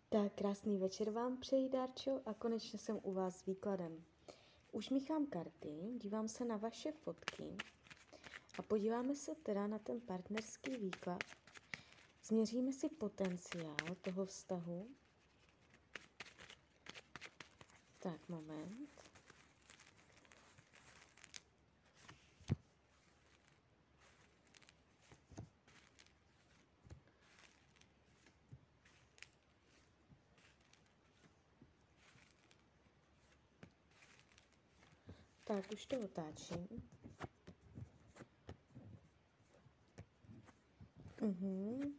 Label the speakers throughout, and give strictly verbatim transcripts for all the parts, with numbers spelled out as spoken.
Speaker 1: Tak krásný večer vám přeji, Dárčo, a konečně jsem u vás s výkladem. Už míchám karty, dívám se na vaše fotky a podíváme se teda na ten partnerský výklad. Změříme si potenciál toho vztahu. Tak, moment. Tak, už to otáčím. Mhm.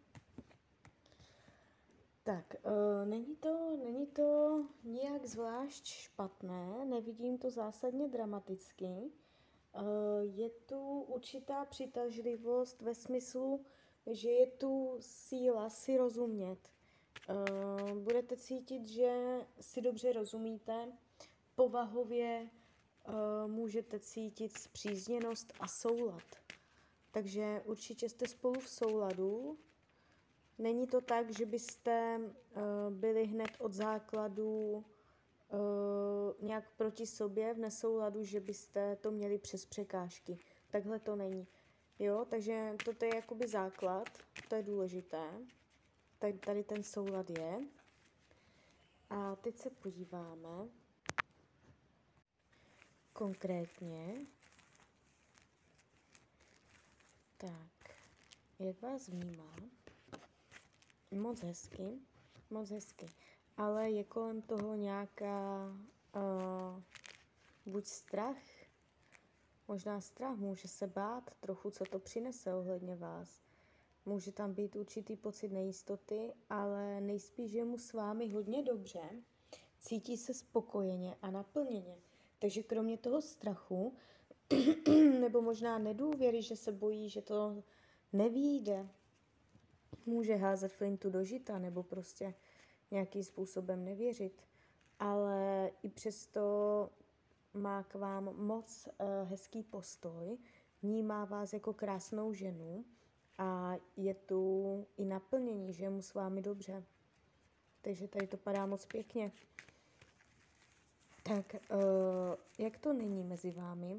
Speaker 1: Tak, uh, není to, není to nijak zvlášť špatné, nevidím to zásadně dramaticky. Uh, je tu určitá přitažlivost ve smyslu, že je tu síla si rozumět. Uh, budete cítit, že si dobře rozumíte, povahově uh, můžete cítit spřízněnost a soulad. Takže určitě jste spolu v souladu. Není to tak, že byste uh, byli hned od základu uh, nějak proti sobě v nesouladu, že byste to měli přes překážky. Takhle to není. Jo, takže toto je jakoby základ, to je důležité. Tady, tady ten soulad je. A teď se podíváme konkrétně. Tak, jak vás vnímá? Moc hezky, moc hezky. Ale je kolem toho nějaká uh, buď strach, možná strach, může se bát trochu, co to přinese ohledně vás. Může tam být určitý pocit nejistoty, ale nejspíš je mu s vámi hodně dobře, cítí se spokojeně a naplněně. Takže kromě toho strachu, nebo možná nedůvěry, že se bojí, že to nevyjde, může házet flintu do žita, nebo prostě nějakým způsobem nevěřit, ale i přesto má k vám moc uh, hezký postoj, vnímá vás jako krásnou ženu a je tu i naplnění, že je mu s vámi dobře. Takže tady to padá moc pěkně. Tak, uh, jak to není mezi vámi?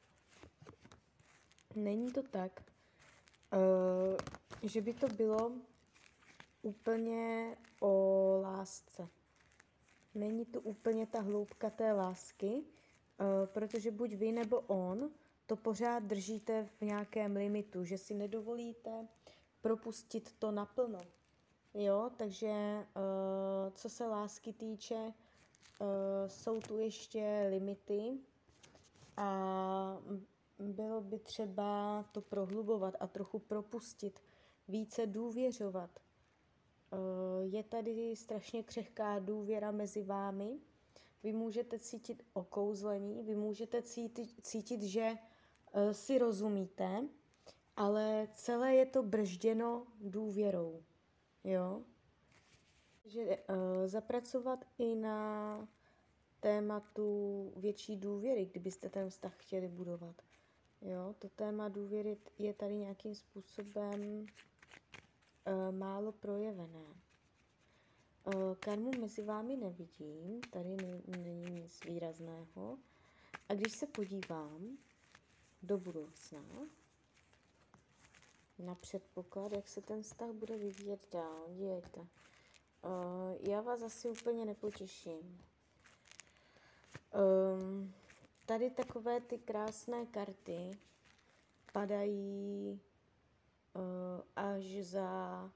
Speaker 1: Není to tak, uh, že by to bylo úplně o lásce. Není to úplně ta hloubka té lásky, uh, protože buď vy nebo on to pořád držíte v nějakém limitu, že si nedovolíte propustit to naplno. Jo, takže uh, co se lásky týče, uh, jsou tu ještě limity a bylo by třeba to prohlubovat a trochu propustit, více důvěřovat. Je tady strašně křehká důvěra mezi vámi. Vy můžete cítit okouzlení, vy můžete cítit, cítit, že si rozumíte, ale celé je to bržděno důvěrou. Jo? Takže uh, zapracovat i na tématu větší důvěry, kdybyste ten vztah chtěli budovat. Jo? To téma důvěry je tady nějakým způsobem uh, málo projevené. Uh, karmu mezi vámi nevidím, tady není nic výrazného. A když se podívám do budoucna, na předpoklad, jak se ten vztah bude vyvíjet dál, dívejte. Uh, já vás asi úplně nepotěším. Um, tady takové ty krásné karty padají uh, až za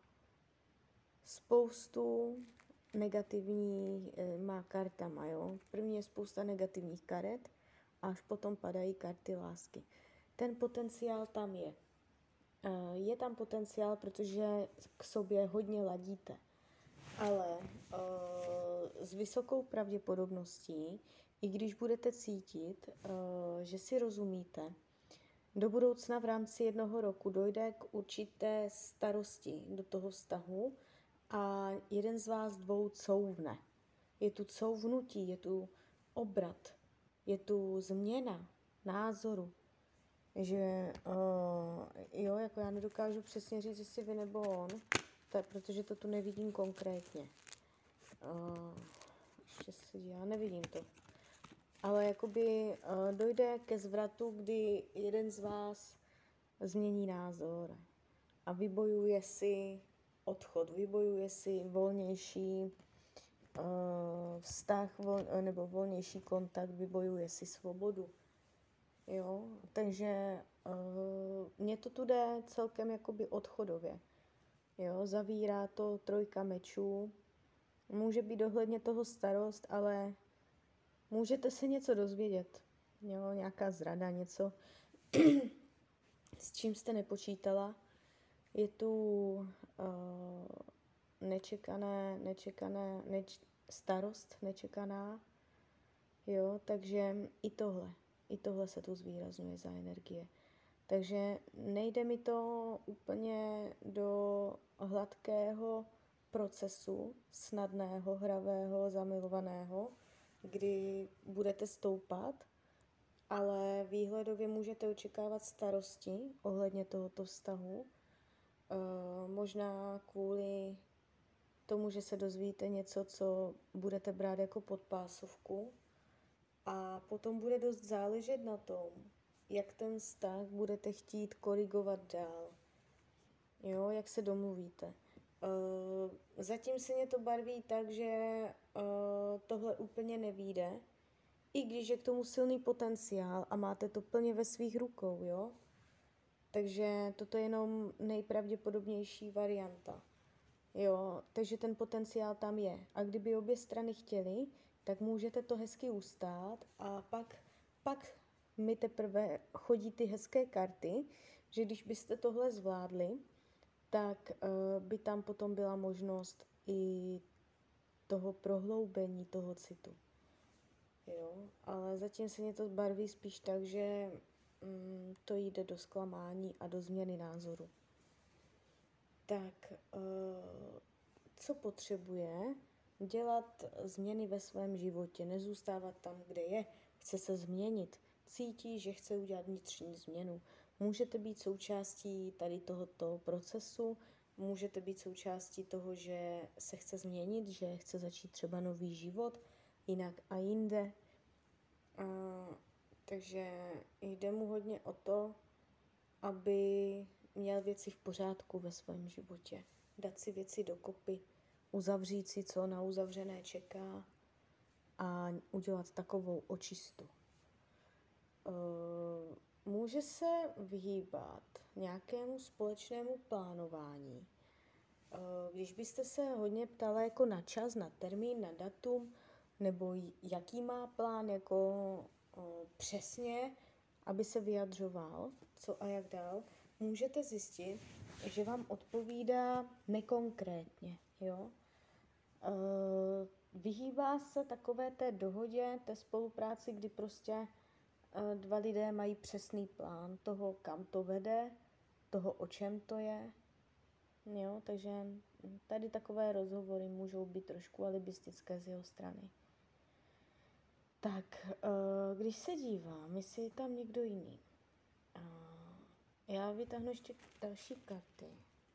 Speaker 1: spoustu negativníma kartama. Jo? První je spousta negativních karet, až potom padají karty lásky. Ten potenciál tam je. Uh, je tam potenciál, protože k sobě hodně ladíte. Ale uh, s vysokou pravděpodobností, i když budete cítit, uh, že si rozumíte, do budoucna v rámci jednoho roku dojde k určité starosti do toho vztahu a jeden z vás dvou couvne. Je tu couvnutí, je tu obrat, je tu změna názoru. Že uh, jo, jako já nedokážu přesně říct, jestli vy nebo on, tak, protože to tu nevidím konkrétně. Uh, ještě se, já nevidím to. Ale jakoby uh, dojde ke zvratu, kdy jeden z vás změní názor a vybojuje si odchod, vybojuje si volnější uh, vztah vol, nebo volnější kontakt, vybojuje si svobodu. Jo, takže uh, mně to tu jde celkem jakoby odchodově. Jo, zavírá to trojka mečů. Může být ohledně toho starost, ale můžete se něco dozvědět. Jo, nějaká zrada, něco, s čím jste nepočítala. Je tu uh, nečekané, nečekané, neč, starost nečekaná. Jo, takže i tohle, i tohle se tu zvýrazňuje za energie. Takže nejde mi to úplně do hladkého procesu, snadného, hravého, zamilovaného, kdy budete stoupat, ale výhledově můžete očekávat starosti ohledně tohoto vztahu. E, možná kvůli tomu, že se dozvíte něco, co budete brát jako podpásovku, a potom bude dost záležet na tom, jak ten vztah budete chtít korigovat dál. Jo, jak se domluvíte. Uh, zatím se mě to barví tak, že uh, tohle úplně nevyjde, i když je k tomu silný potenciál a máte to plně ve svých rukou, jo. Takže toto je jenom nejpravděpodobnější varianta. Jo, takže ten potenciál tam je. A kdyby obě strany chtěly, tak můžete to hezky ustát a pak, pak mi teprve chodí ty hezké karty, že když byste tohle zvládli, tak uh, by tam potom byla možnost i toho prohloubení toho citu. Jo, ale zatím se mě to barví spíš tak, že mm, to jde do zklamání a do změny názoru. Tak, uh, co potřebuje? Dělat změny ve svém životě, nezůstávat tam, kde je, chce se změnit, cítí, že chce udělat vnitřní změnu. Můžete být součástí tady tohoto procesu, můžete být součástí toho, že se chce změnit, že chce začít třeba nový život, jinak a jinde. A, takže jde mu hodně o to, aby měl věci v pořádku ve svém životě. Dát si věci dokopy, uzavřít si, co na uzavřené čeká a udělat takovou očistu. Může se vyhýbat nějakému společnému plánování. Když byste se hodně ptala jako na čas, na termín, na datum, nebo jaký má plán jako přesně, aby se vyjadřoval, co a jak dál, můžete zjistit, že vám odpovídá nekonkrétně, jo. Vyhýbá se takové té dohodě, té spolupráci, kdy prostě dva lidé mají přesný plán toho, kam to vede, toho, o čem to je. Jo, takže tady takové rozhovory můžou být trošku alibistické z jeho strany. Tak, když se dívám, jestli je tam někdo jiný. Já vytáhnu ještě další karty.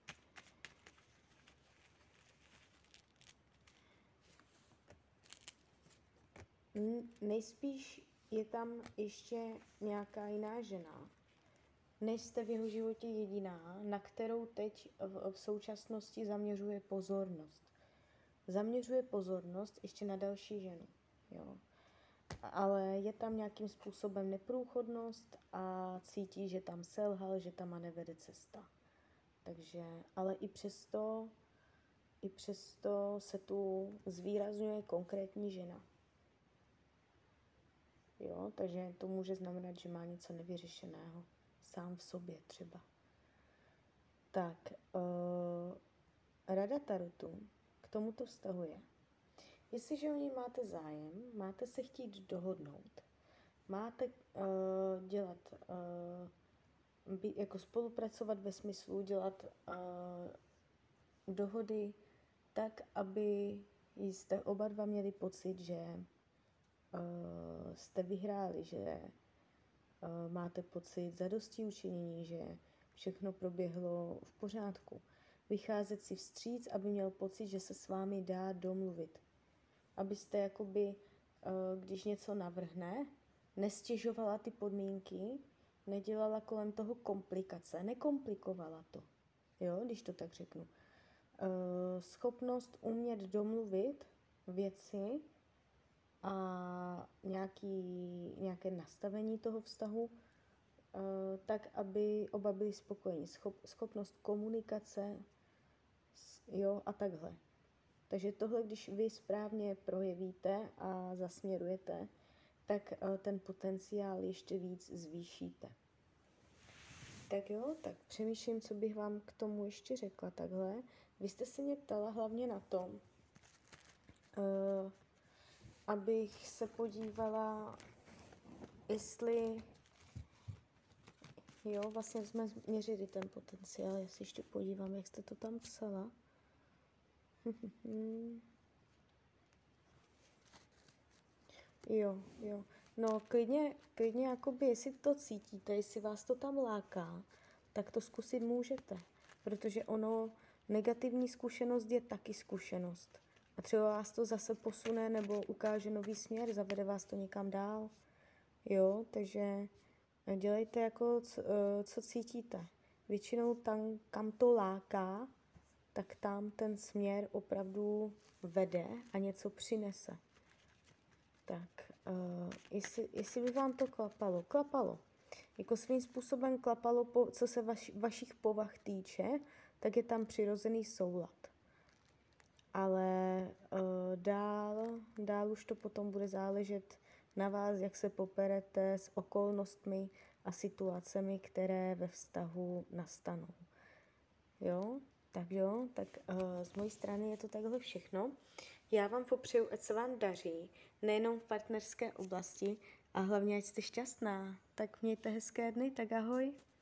Speaker 1: Nejspíš je tam ještě nějaká jiná žena, než jste v jeho životě jediná, na kterou teď v, v současnosti zaměřuje pozornost. Zaměřuje pozornost ještě na další ženu, jo. Ale je tam nějakým způsobem neprůchodnost a cítí, že tam selhal, že tam a nevede cesta. Takže, ale i přesto, i přesto se tu zvýrazňuje konkrétní žena. Jo, takže to může znamenat, že má něco nevyřešeného. Sám v sobě třeba. Tak, uh, rada tarotu k tomuto vztahuje. Jestliže o něj máte zájem, máte se chtít dohodnout. Máte uh, dělat, uh, by, jako spolupracovat ve smyslu dělat uh, dohody tak, aby jste oba dva měli pocit, že uh, jste vyhráli, že uh, máte pocit zadostiučinění, že všechno proběhlo v pořádku. Vycházet si vstříc, aby měl pocit, že se s vámi dá domluvit. abyste jakoby, uh, když něco navrhne, nestěžovala ty podmínky, nedělala kolem toho komplikace, nekomplikovala to, jo, když to tak řeknu. Uh, schopnost umět domluvit věci a nějaký, nějaké nastavení toho vztahu, uh, tak, aby oba byli spokojení. Schop, schopnost komunikace, jo, a takhle. Takže tohle, když vy správně projevíte a zasměrujete, tak uh, ten potenciál ještě víc zvýšíte. Tak jo, tak přemýšlím, co bych vám k tomu ještě řekla takhle. Vy jste se mě ptala hlavně na to, uh, abych se podívala, jestli, jo, vlastně jsme měřili ten potenciál, já si ještě podívám, jak jste to tam psala. jo, jo. No, klidně, klidně, jakoby, jestli to cítíte, jestli vás to tam láká, tak to zkusit můžete, protože ono, negativní zkušenost je taky zkušenost. A třeba vás to zase posune nebo ukáže nový směr, zavede vás to někam dál. Jo, takže dělejte jako, co, co cítíte. Většinou tam, kam to láká, tak tam ten směr opravdu vede a něco přinese. Tak, uh, jestli, jestli by vám to klapalo, klapalo. Jako svým způsobem klapalo, po, co se vaš, vašich povah týče, tak je tam přirozený soulad. Ale uh, dál, dál už to potom bude záležet na vás, jak se poperete s okolnostmi a situacemi, které ve vztahu nastanou. Jo? Tak jo, tak uh, z mojí strany je to takhle všechno. Já vám popřeju, ať se vám daří, nejenom v partnerské oblasti, a hlavně, ať jste šťastná. Tak mějte hezké dny, tak ahoj.